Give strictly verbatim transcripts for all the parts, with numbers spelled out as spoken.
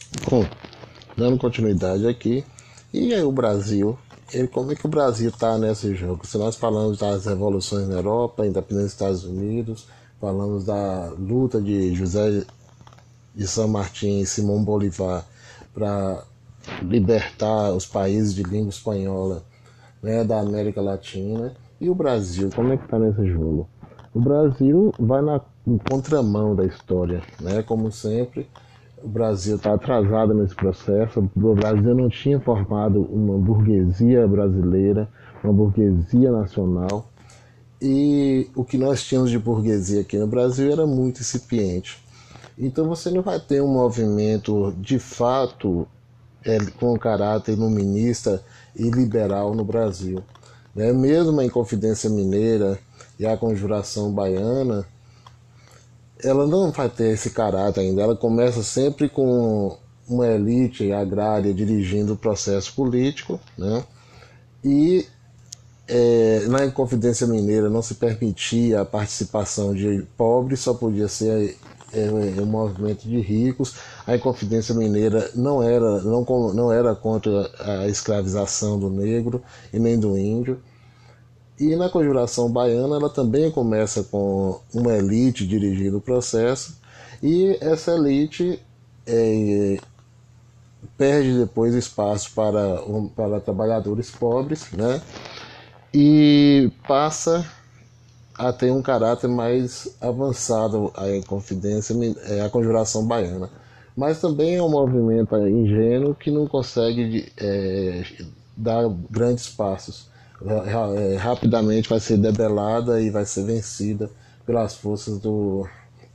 Bom, dando continuidade aqui, e aí o Brasil, ele, como é que o Brasil está nesse jogo? Se nós falamos das revoluções na Europa, independência dos Estados Unidos, falamos da luta de José de San Martín e Simão Bolívar para libertar os países de língua espanhola, né, da América Latina, e o Brasil, como é que está nesse jogo? O Brasil vai na contramão da história, né? Como sempre, o Brasil está atrasado nesse processo. O Brasil não tinha formado uma burguesia brasileira, uma burguesia nacional. E o que nós tínhamos de burguesia aqui no Brasil era muito incipiente. Então você não vai ter um movimento de fato é, com caráter iluminista e liberal no Brasil. Né? Mesmo a Inconfidência Mineira e a Conjuração Baiana, ela não vai ter esse caráter ainda. Ela começa sempre com uma elite agrária dirigindo o processo político, né? E é, na Inconfidência Mineira não se permitia a participação de pobres, só podia ser é, um movimento de ricos. A Inconfidência Mineira não era, não, não era contra a escravização do negro e nem do índio. E na Conjuração Baiana ela também começa com uma elite dirigindo o processo, e essa elite é, perde depois espaço para, para trabalhadores pobres, né? E passa a ter um caráter mais avançado a Inconfidência, a Conjuração Baiana. Mas também é um movimento ingênuo que não consegue é, dar grandes passos. Rapidamente vai ser debelada e vai ser vencida pelas forças do,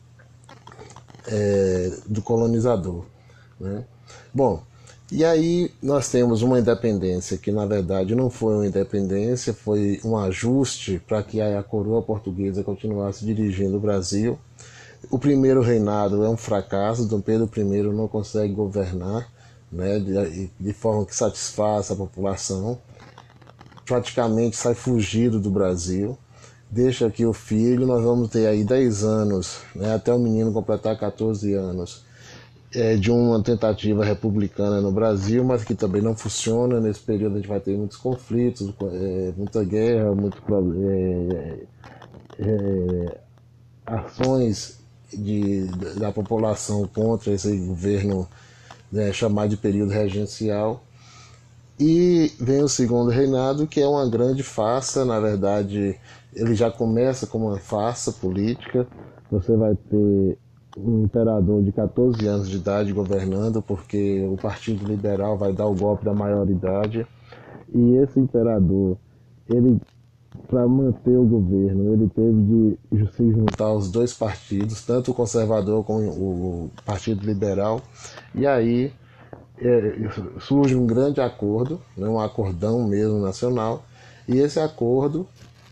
é, do colonizador, né? Bom, e aí nós temos uma independência que na verdade não foi uma independência, foi um ajuste para que a coroa portuguesa continuasse dirigindo o Brasil. O primeiro reinado é um fracasso, Dom Pedro I não consegue governar, né, de, de forma que satisfaça a população. Praticamente sai fugido do Brasil, deixa aqui o filho. Nós vamos ter aí dez anos, né, até o menino completar quatorze anos, é, de uma tentativa republicana no Brasil, mas que também não funciona. Nesse período a gente vai ter muitos conflitos, é, muita guerra, muito, é, é, ações de, da população contra esse governo, né, chamado de período regencial. E vem o segundo reinado, que é uma grande farsa. Na verdade, ele já começa como uma farsa política. Você vai ter um imperador de quatorze anos de idade governando, porque o Partido Liberal vai dar o golpe da maioridade. E esse imperador, ele, para manter o governo, ele teve de se juntar aos dois partidos, tanto o conservador como o Partido Liberal. E aí É, surge um grande acordo, né, um acordão mesmo nacional, e esse acordo,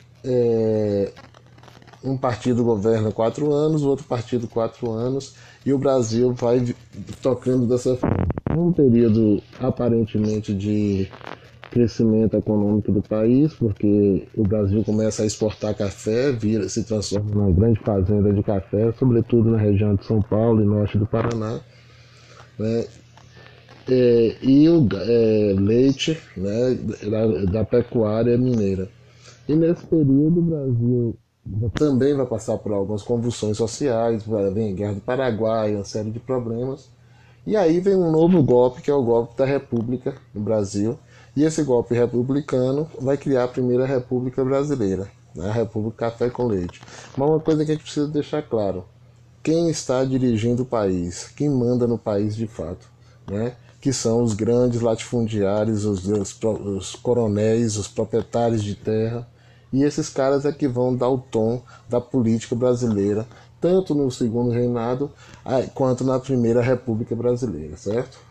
é, um partido governa quatro anos, o outro partido quatro anos, e o Brasil vai tocando dessa forma. Um período aparentemente de crescimento econômico do país, porque o Brasil começa a exportar café, vira, se transforma numa grande fazenda de café, sobretudo na região de São Paulo e norte do Paraná, né? É, e o é, leite, né, da, da pecuária mineira. E nesse período o Brasil também vai passar por algumas convulsões sociais, vem a Guerra do Paraguai, uma série de problemas. E aí vem um novo golpe, que é o golpe da República no Brasil. E esse golpe republicano vai criar a primeira República Brasileira, né, a República Café com Leite. Mas uma coisa que a gente precisa deixar claro: quem está dirigindo o país, quem manda no país de fato, né? Que são os grandes latifundiários, os, os, os coronéis, os proprietários de terra. E esses caras é que vão dar o tom da política brasileira, tanto no segundo reinado quanto na primeira República Brasileira, certo?